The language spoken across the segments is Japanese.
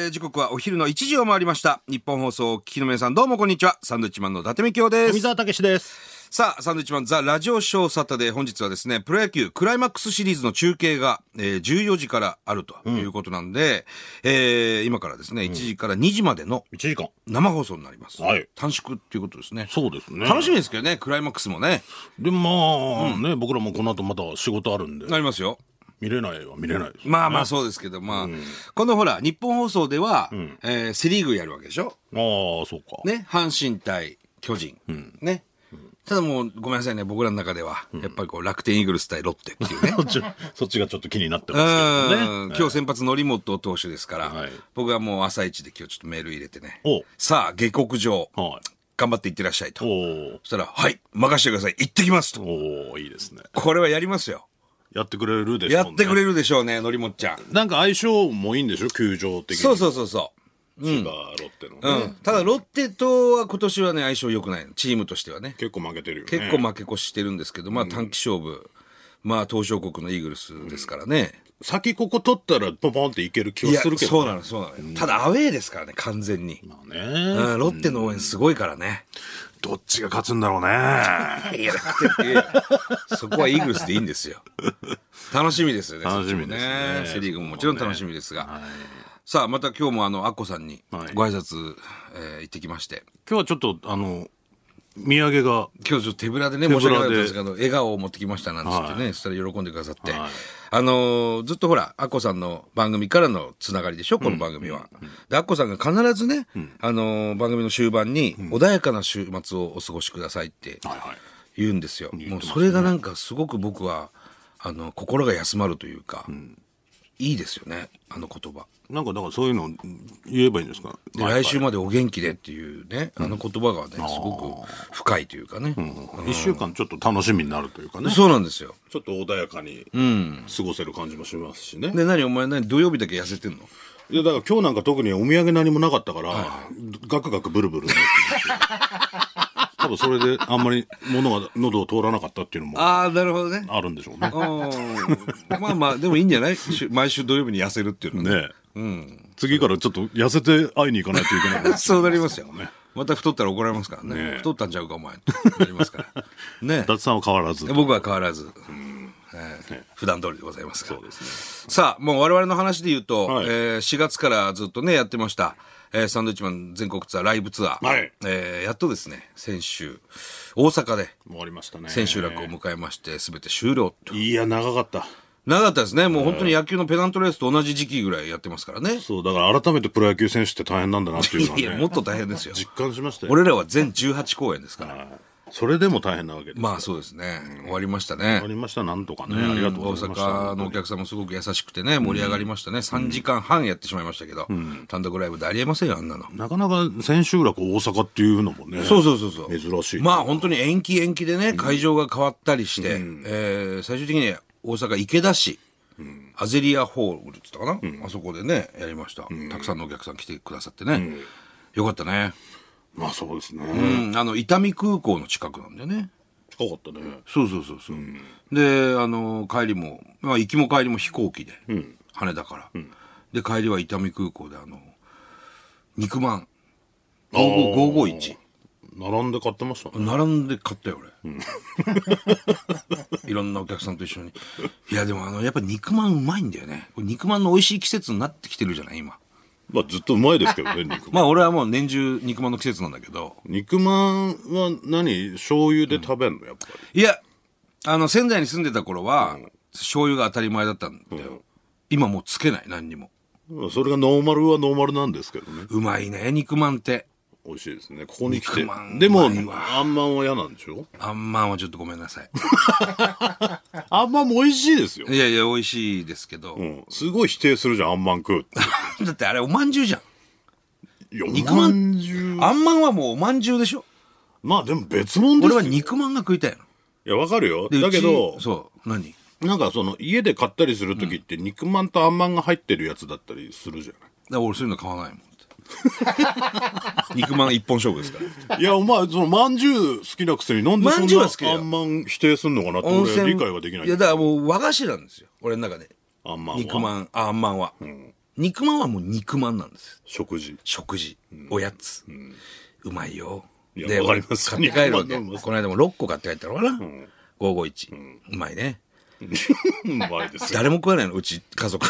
時刻はお昼の1時を回りました。日本放送をお聞きの皆さん、どうもこんにちは。サンドウィッチマンの伊達美京です。 富澤たけしです。 さあ、サンドウィッチマンザラジオショーサタデー、本日はですね、プロ野球クライマックスシリーズの中継が、14時からあるということなんで、今からですね、1時から2時までの 1時間生放送になります。 はい。 短縮っていうことですね。 そうですね。 楽しみですけどね、クライマックスもね。 でもまあ、ね、僕らもこの後また仕事あるんで。 なりますよ。 見れないは見れないです、ね。 まあまあそうですけど、まあ、このほら、日本放送では、セリーグやるわけでしょ。 ああ、そうか。 ね、阪神対巨人。ね。ただもう、ごめんなさいね、僕らの中では、やっぱりこう、楽天イーグルス対ロッテっていうね。 そっちがちょっと気になってますけどね。 今日先発則本投手ですから、 はい、 僕はもう朝一で今日ちょっとメール入れてね。 おさあ、下克上。 はい、 頑張っていってらっしゃいと。 おそしたら、はい、任せてください。行ってきますと。 おいいですね。 これはやりますよ。 やってくれるでしょうね。 やってくれるでしょうね、則本ちゃん。 なんか相性もいいんでしょ、球場的に。 そうそうそうそう。 千葉ロッテのね、 ただロッテとは今年はね相性良くないの、チームとしてはね。 結構負けてるよね。 結構負け越してるんですけど、まあ短期勝負、まあ東証国のイーグルスですからね。 先ここ取ったらポンポンっていける気はするけど、ね、 そうなのそうなの、ただアウェーですからね、完全に。 まあね、 ロッテの応援すごいからね。 どっちが勝つんだろうね。 いやそこはイーグルスでいいんですよ。楽しみですよね。 楽しみですね。 セリーグももちろん楽しみですが、はい、さあまた今日もアッコさんにご挨拶、行ってきまして、 今日はちょっと土産が今日ちょっと手ぶらでね、申し訳なかったですけど、笑顔を持ってきましたなんつってね、そしたら喜んでくださって、ずっとほらアッコさんの番組からのつながりでしょ、この番組は。でアッコさんが必ずね、番組の終盤に穏やかな週末をお過ごしくださいって言うんですよ。もうそれがなんかすごく僕は心が休まるというか、いいですよね、言葉。 なんかだからそういうの言えばいいんですか。 来週までお元気でっていうね、言葉がね、すごく深いというかね。 1週間ちょっと楽しみになるというかね。 そうなんですよ。 ちょっと穏やかに過ごせる感じもしますしね。 で、お前土曜日だけ痩せてんの？ いや、だから今日なんか特にお土産何もなかったから、ガクガクブルブル思ってますよ。多分それであんまり物が喉を通らなかったっていうのもなるほどね、 あるんでしょうね。 まあまあでもいいんじゃない？毎週土曜日に痩せるっていうのはね。次からちょっと痩せて会いに行かないといけない。 そうなりますよね。また太ったら怒られますからね。太ったんちゃうかお前ってなりますからね。 達さんは変わらず。 僕は変わらず、普段通りでございますから。そうですね。さあもう我々の話で言うと、4月からずっとねやってましたサンドウィッチマン全国ツアーライブツアー、やっとですね先週大阪で終わりましたね。 千秋楽を迎えまして全て終了と。 いや長かった。 長かったですね。もう本当に野球のペナントレースと同じ時期ぐらいやってますからね。 そうだから改めてプロ野球選手って大変なんだなっていうのはね。 いやもっと大変ですよ。 実感しましたよ。 俺らは全18公演ですから。 それでも大変なわけです。 まあそうですね。終わりましたね。 終わりましたなんとかね。ありがとうございました。 大阪のお客さんもすごく優しくてね盛り上がりましたね。3時間半やってしまいましたけど、単独ライブでありえませんよあんなの。なかなか千秋楽大阪っていうのもね。 そう珍しい。 まあ本当に延期でね会場が変わったりして、最終的に大阪池田市アゼリアホールって言ったかな、あそこでねやりました、たくさんのお客さん来てくださってね、よかったね。 まあそうですね、 伊丹空港の近くなんだよね。 近かったね。 そう、で帰りも、行きも帰りも飛行機で、羽田から、で帰りは伊丹空港で肉まん551 並んで買ってましたね。 並んで買ったよ俺、いろんなお客さんと一緒に。いやでもやっぱ肉まんうまいんだよね。肉まんの美味しい季節になってきてるじゃない今。 まあずっとうまいですけどね肉まん。 まあ俺はもう年中肉まんの季節なんだけど。 肉まんは醤油で食べんのやっぱり。 いや仙台に住んでた頃は、醤油が当たり前だったんだよ、今もうつけない何にも。 それがノーマルはノーマルなんですけどね。 うまいね肉まんって。 美味しいですね。ここに来て。 でもあんまんは嫌なんでしょ。 あんまんはちょっとごめんなさい。 あんまんも美味しいですよ。 いや美味しいですけど、 すごい否定するじゃんあんまん食うってだってあれおまんじゅうじゃん。 いや肉まんじゅうあんまんはもうおまんじゅうでしょ。 まあでも別物ですよ。 俺は肉まんが食いたいの。 いやわかるよ。だけどそう何なんか家で買ったりするときって肉まんとあんまんが入ってるやつだったりするじゃない。 だから俺そういうの買わないもん肉まん一本勝負ですから。 いやお前まんじゅう好きなくせになんでそんなあんまん否定すんのかなって俺は理解はできない。 いやだからもう和菓子なんですよ俺の中で。 あんまんは肉まんあんまんは、 肉まんはもう肉まんなんです。 食事、 おやつ。うまいよ。 いや、わかります。 買って帰るわけ。 肉まん飲みますこの間も6個買って帰ったのかな、551。うまいね。 うまいですよ。 誰も食わないの、うち家族。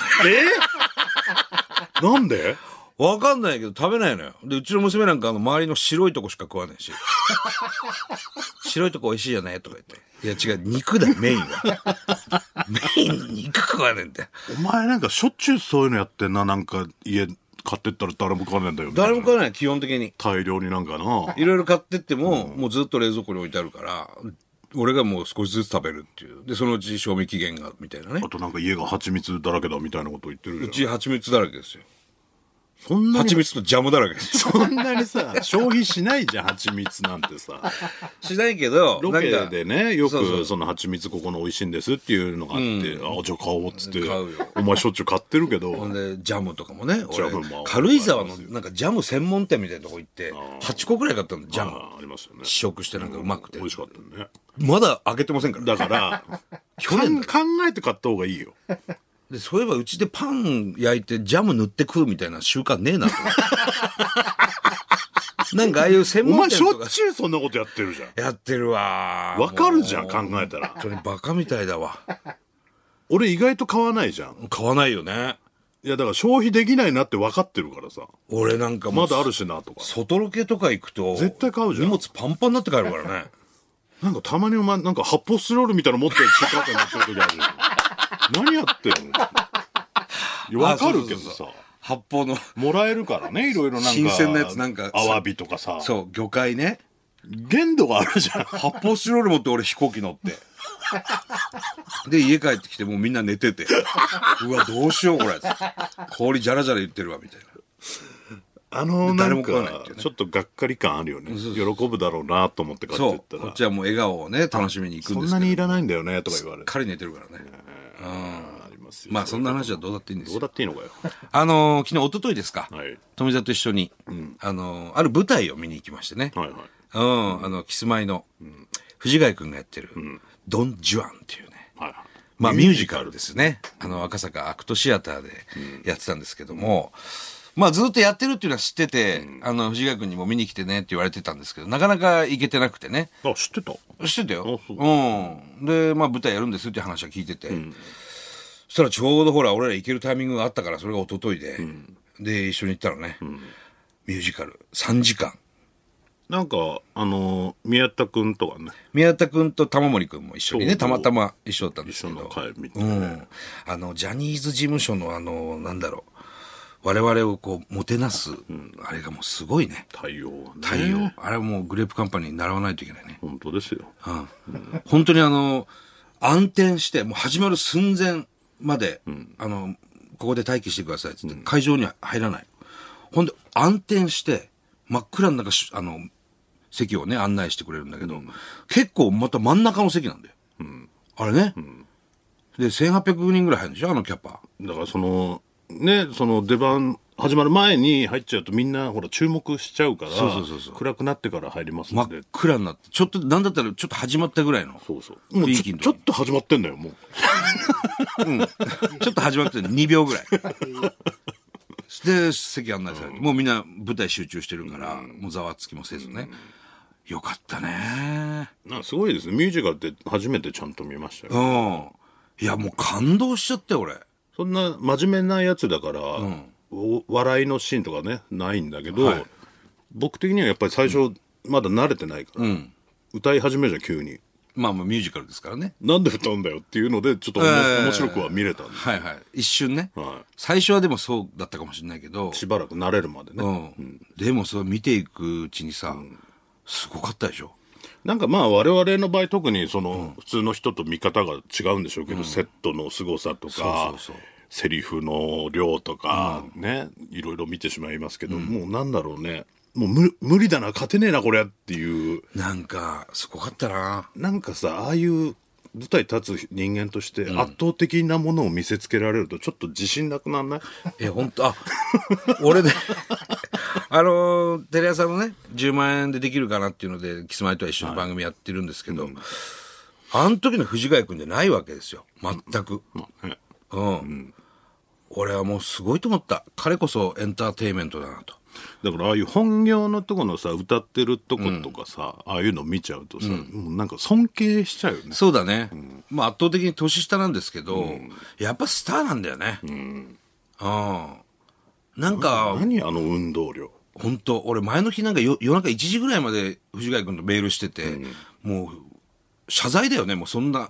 なんで？ わかんないけど食べないのよ。で、うちの娘なんか周りの白いとこしか食わないし。白いとこ美味しいよねとか言って。いや違う、肉だよ、メインは。メインの肉食わねえんだよ。 お前なんかしょっちゅうそういうのやってんな。なんか家買ってったら誰も食わねえんだよみたいな。 誰も食わない、基本的に。 大量になんかな。 いろいろ買ってっても、もうずっと冷蔵庫に置いてあるから、俺がもう少しずつ食べるっていう。で、そのうち賞味期限が、みたいなね。 あとなんか家が蜂蜜だらけだみたいなこと言ってるじゃん。 うち蜂蜜だらけですよ。 そんなに蜂蜜とジャムだらけですよ。 そんなにさ、消費しないじゃん、蜂蜜なんてさ。 しないけど、 ロケでね、よそうそうくその蜂蜜ここの美味しいんですっていうのがあって、あ、じゃあ買おうっつって買うよ、 お前しょっちゅう買ってるけど。 ほんで、ジャムとかもね、 ジャムも軽井沢のなんかジャム専門店みたいなとこ行って、8個くらい買ったの、ジャム。 ありますよね。 試食してなんかうまくて。 美味しかったね。 まだ開けてませんから。 だから、 去年考えて買った方がいいよ。 で、そういえばうちでパン焼いてジャム塗って食うみたいな習慣ねえなと思って。なんかああいう専お前しょ門店とかっちゅうそんなことやってるじゃん。 やってるわ。 わかるじゃん、考えたら。 本当にバカみたいだわ。 俺意外と買わないじゃん。 買わないよね。 いや、だから消費できないなって分かってるからさ。 俺なんかもうまだあるしなとか。 外ロケとか行くと絶対買うじゃん。 荷物パンパンになって帰るからね。 なんかたまにお前なんか発泡スチロールみたいなの持って新幹線乗ってる時あるじゃん。何やってんの？いやわかるけどさ。 発泡のもらえるからね、いろいろなんか。 新鮮なやつなんか。 アワビとかさ。 そう、魚介ね。 限度があるじゃん。 発泡スチロール持って俺飛行機乗って。で、家帰ってきてもうみんな寝てて。うわ、どうしようこれ。氷ジャラジャラ言ってるわ、みたいな。 なんか、ちょっとがっかり感あるよね。喜ぶだろうなと思って買ってったら。 こっちはもう笑顔をね、楽しみに行くんですけど。 そんなにいらないんだよね、とか言われて。 しっかり寝てるからね。 ありますよ。 まあそんな話はどうだっていいんですよ。 どうだっていいのかよ。 昨日、一昨日ですか。 はい。 富澤と一緒に、ある舞台を見に行きましてね。 はいはい。 キスマイの、藤ヶ谷くんがやってる、ドン・ジュアンっていうね。 はいはい。 まあミュージカルですね。赤坂アクトシアターでやってたんですけども、まあずっとやってるっていうのは知ってて、藤ヶ谷くんにも見に来てねって言われてたんですけど、なかなか行けてなくてね。 あ、知ってた？ 知ってたよ。 そうで、まあ舞台やるんですっていう話は聞いてて、そしたらちょうどほら、俺ら行けるタイミングがあったから、それが一昨日で、で、一緒に行ったのね。ミュージカル、3時間。 なんか、宮田くんとかね。 宮田くんと玉森くんも一緒にね、たまたま一緒だったんですけど。 一緒の会みたいなね。 ジャニーズ事務所のなんだろう、我々をこう、もてなす、あれがもうすごいね。 対応はね。 対応。あれはもうグレープカンパニーに習わないといけないね。 本当ですよ。 本当に暗転して、もう始まる寸前まで、ここで待機してくださいってって、会場には入らない。ほんで、暗転して、真っ暗の中、席をね、案内してくれるんだけど、結構また真ん中の席なんだよ。あれね。で、1800人ぐらい入るんでしょ、キャパ。 だから出番始まる前に入っちゃうとみんなほら注目しちゃうから、暗くなってから入りますので。 真っ暗になって、ちょっと、なんだったらちょっと始まったぐらいの。 そうそう。もうちょっと始まってんだよ、もう。 ちょっと始まってる2秒ぐらい。で、席案内されて、もうみんな舞台集中してるから、もうざわつきもせずね。よかったね。 すごいですね。ミュージカルって初めてちゃんと見ましたよ。 いや、もう感動しちゃって俺。 そんな真面目なやつだから、笑いのシーンとかね、ないんだけど、僕的にはやっぱり最初、まだ慣れてないから、歌い始めるじゃん、急に。 まあまあミュージカルですからね。 なんで歌うんだよっていうので、ちょっと面白くは見れたんです。 はいはい。一瞬ね。最初はでもそうだったかもしれないけど。 しばらく慣れるまでね。 でもそう見ていくうちにさ、すごかったでしょ。 なんかまあ我々の場合特に普通の人と見方が違うんでしょうけど、セットの凄さとか、セリフの量とかね、いろいろ見てしまいますけど、もうなんだろうね。もう無理だな、勝てねえな、これっていう。 なんか、すごかったな。 なんかさ、ああいう舞台立つ人間として圧倒的なものを見せつけられるとちょっと自信なくなんない？ 本当俺で、テレ朝のね、10万円でできるかなっていうので、キスマイとは一緒に番組やってるんですけど、あの時の藤ヶ谷くんじゃないわけですよ。全く。 俺はもうすごいと思った。彼こそエンターテインメントだなと。 だからああいう本業のとこのさ歌ってるとことかさ、ああいうの見ちゃうとさ、もうなんか尊敬しちゃうよね。 そうだね。まあ圧倒的に年下なんですけど、やっぱスターなんだよね。なんか、 何あの運動量。 本当俺前の日なんか夜中1時ぐらいまで藤ヶ谷君とメールしてて、もう、謝罪だよね、もうそんな。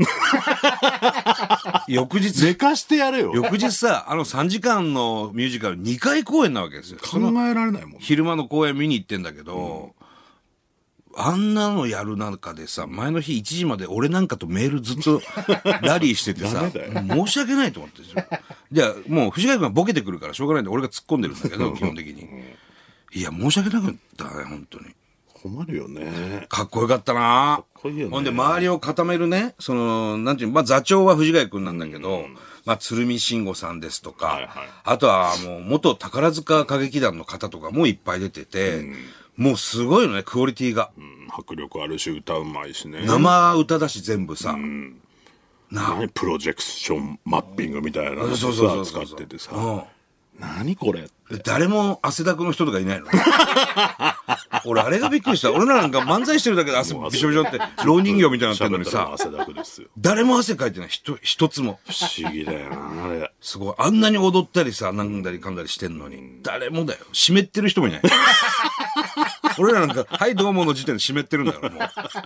翌日。 寝かしてやれよ。 翌日さ、3時間のミュージカル2回公演なわけですよ。 考えられないもん。 昼間の公演見に行ってんだけど、あんなのやる中でさ、前の日1時まで俺なんかとメールずっとラリーしててさ、申し訳ないと思ってじゃあもう藤ヶ谷君がボケてくるからしょうがないんで俺が突っ込んでるんだけど、基本的に。いや、申し訳なかったね、本当に。 困るよね。 かっこよかったな。かっこいいよね。 ほんで、周りを固めるね、なんていうの、まあ、座長は藤ヶ谷君なんだけど、まあ、鶴見慎吾さんですとか、あとはもう、元宝塚歌劇団の方とかもいっぱい出てて、もうすごいのね、クオリティが。 迫力あるし、歌うまいしね。 生歌だし、全部さ。 プロジェクションマッピングみたいなのをさ、使っててさ。何これって。 誰も汗だくの人とかいないの。俺あれがびっくりした。俺らなんか漫才してるだけで汗びしょびしょって老人形みたいになってるのにさ、 汗だくですよ。 誰も汗かいてない一つも。 不思議だよなあれ。 すごい。あんなに踊ったりさ、なんだりかんだりしてんのに、誰もだよ。湿ってる人もいない。俺らなんか、はいどうもの時点で湿ってるんだからもう。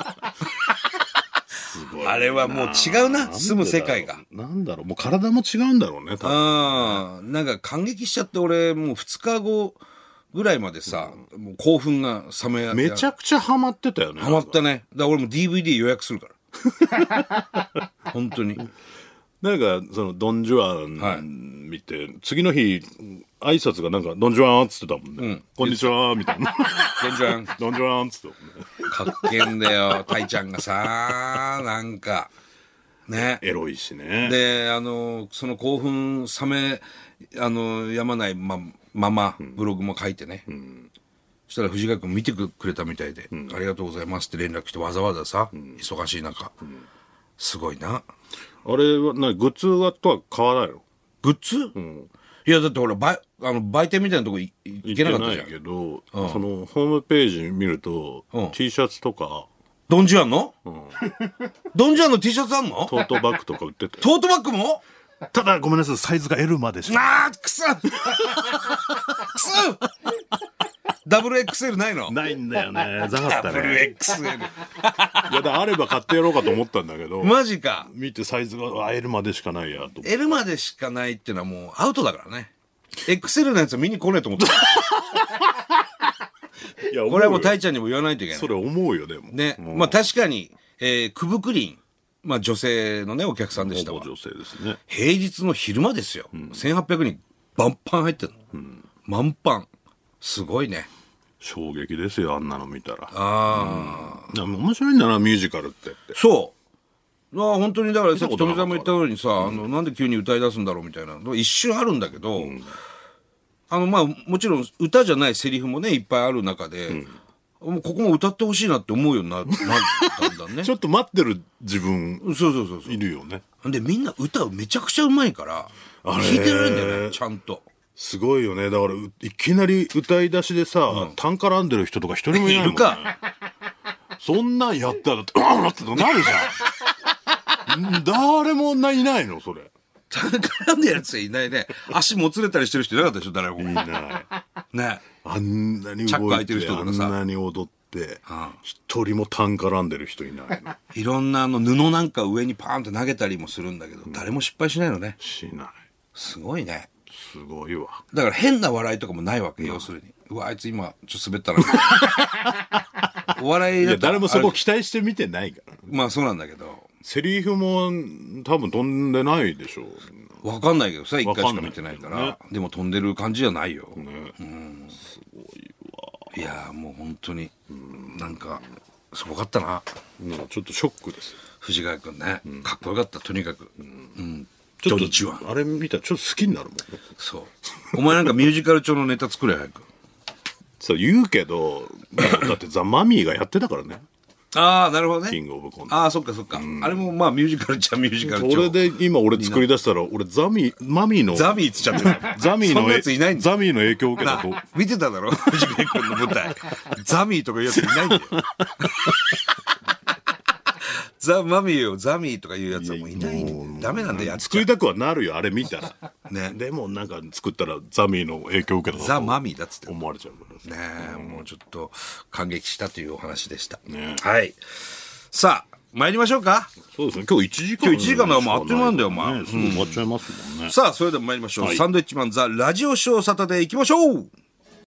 あれはもう違うな、住む世界が。 なんだろう、もう体も違うんだろうね、多分。なんか感激しちゃって俺、もう2日後ぐらいまでさ、もう興奮が冷めめちゃくちゃハマってたよね。 ハマったね。だから俺も DVD 予約するから。本当に。 なんか、ドン・ジュアン見て、次の日、挨拶がなんか、ドン・ジュアンっつってたもんね。こんにちは、みたいな。 ドン・ジュアン。 ドン・ジュアンっつってたもんね。 かっけえんだよ、タイちゃんがさ、なんか、ね。 エロいしね。 で、その興奮冷め、やまないまま、ブログも書いてね。そしたら藤ヶ谷君見てくれたみたいで、ありがとうございますって連絡来てわざわざさ、忙しい中。すごいな。 あれは、グッズはとは買わないの？ グッズ？いや、だってほら、売店みたいなとこ行けなかったじゃん。 行けないけど、その、ホームページ見ると、T シャツとか、 ドンジュアンの？ドンジュアンの T シャツあんの？ トートバッグとか売ってて。 トートバッグも？ ただ、ごめんなさい、サイズが L までしか。 くそダブル XL ないの？ ないんだよね。ざかったね。 ダブル XL。 いや、あれば買ってやろうかと思ったんだけど。 マジか。 見てサイズが L までしかないやと。 L までしかないってのはもうアウトだからね。XL のやつは見に来ねえと思った。いや、これはもうタイちゃんにも言わないといけない。 それ思うよ、でも。 ね。まあ確かに、クブクリン。まあ女性のね、お客さんでしたわ。 女性ですね。 平日の昼間ですよ。1800人バンパン入ってるの。満帆。すごいね。 衝撃ですよ、あんなの見たら。 面白いんだな、ミュージカルって。 そう。本当にだからさっき富澤も言ったようにさ、なんで急に歌い出すんだろうみたいな一瞬あるんだけど、まあもちろん歌じゃないセリフもねいっぱいある中で、もうここも歌ってほしいなって思うようになったんだね。 ちょっと待ってる自分そういるよね。 でみんな歌めちゃくちゃうまいから弾いてられるんだよね、ちゃんと。 すごいよね。だからいきなり歌い出しでさ、単絡んでる人とか一人もいないもんね。いるか。そんなんやったらってなるじゃん。誰もいないのそれ。 単絡んでるやつはいないね。足もつれたりしてる人いなかったでしょ、誰も。 いない。 ね。 あんなにチャック開いてる人とかさ。 あんなに踊って、一人も単絡んでる人いないの。 いろんな布なんか上にパーンと投げたりもするんだけど、誰も失敗しないのね。 しない。 すごいね。 すごいわ。 だから変な笑いとかもないわけ、要するに。うわ、あいつ今、ちょっと滑ったな。お笑いだと。 いや、誰もそこ期待して見てないから。 まあそうなんだけど。 セリフも多分飛んでないでしょう。わかんないけどさ、一回しか見てないから。ね、でも飛んでる感じじゃないよ。 すごいわ。 いやもう本当に、なんか、すごかったな。 ちょっとショックです。 藤ヶ谷くんね。かっこよかった、とにかく。 ちょっとあれ見たらちょっと好きになるもんね。 そう。お前なんかミュージカル調のネタ作れ早く。 そう言うけど、だってザ・マミーがやってたからね。 ああ、なるほどね。 キングオブコント。 ああ、そっかそっか。あれもまあミュージカルっちゃミュージカル。 それで今俺作り出したら、俺マミーの。 ザミーっつっちゃってる。 ザミーの。 そんなやついないんだ。 ザミーの影響を受けたと。 見てただろ藤ヶ谷君の舞台。ザミーとかいうやついないんだよ。ザ・マミーをザミーとかいうやつはもういないんだよ。ダメなんだよ。 作りたくはなるよ、あれ見たら。ね。でもなんか作ったらザミーの影響を受けたザ・マミーだっつって思われちゃうからね。もうちょっと感激したというお話でした。 ね。 はい。さあ、参りましょうか。 そうですね。今日1時間。 今日1時間だよ。もうあっという間なんだよ、お前。 すぐ終わっちゃいますもんね。 さあ、それでは参りましょう。サンドイッチマンザ・ラジオショーサタデー行きましょう。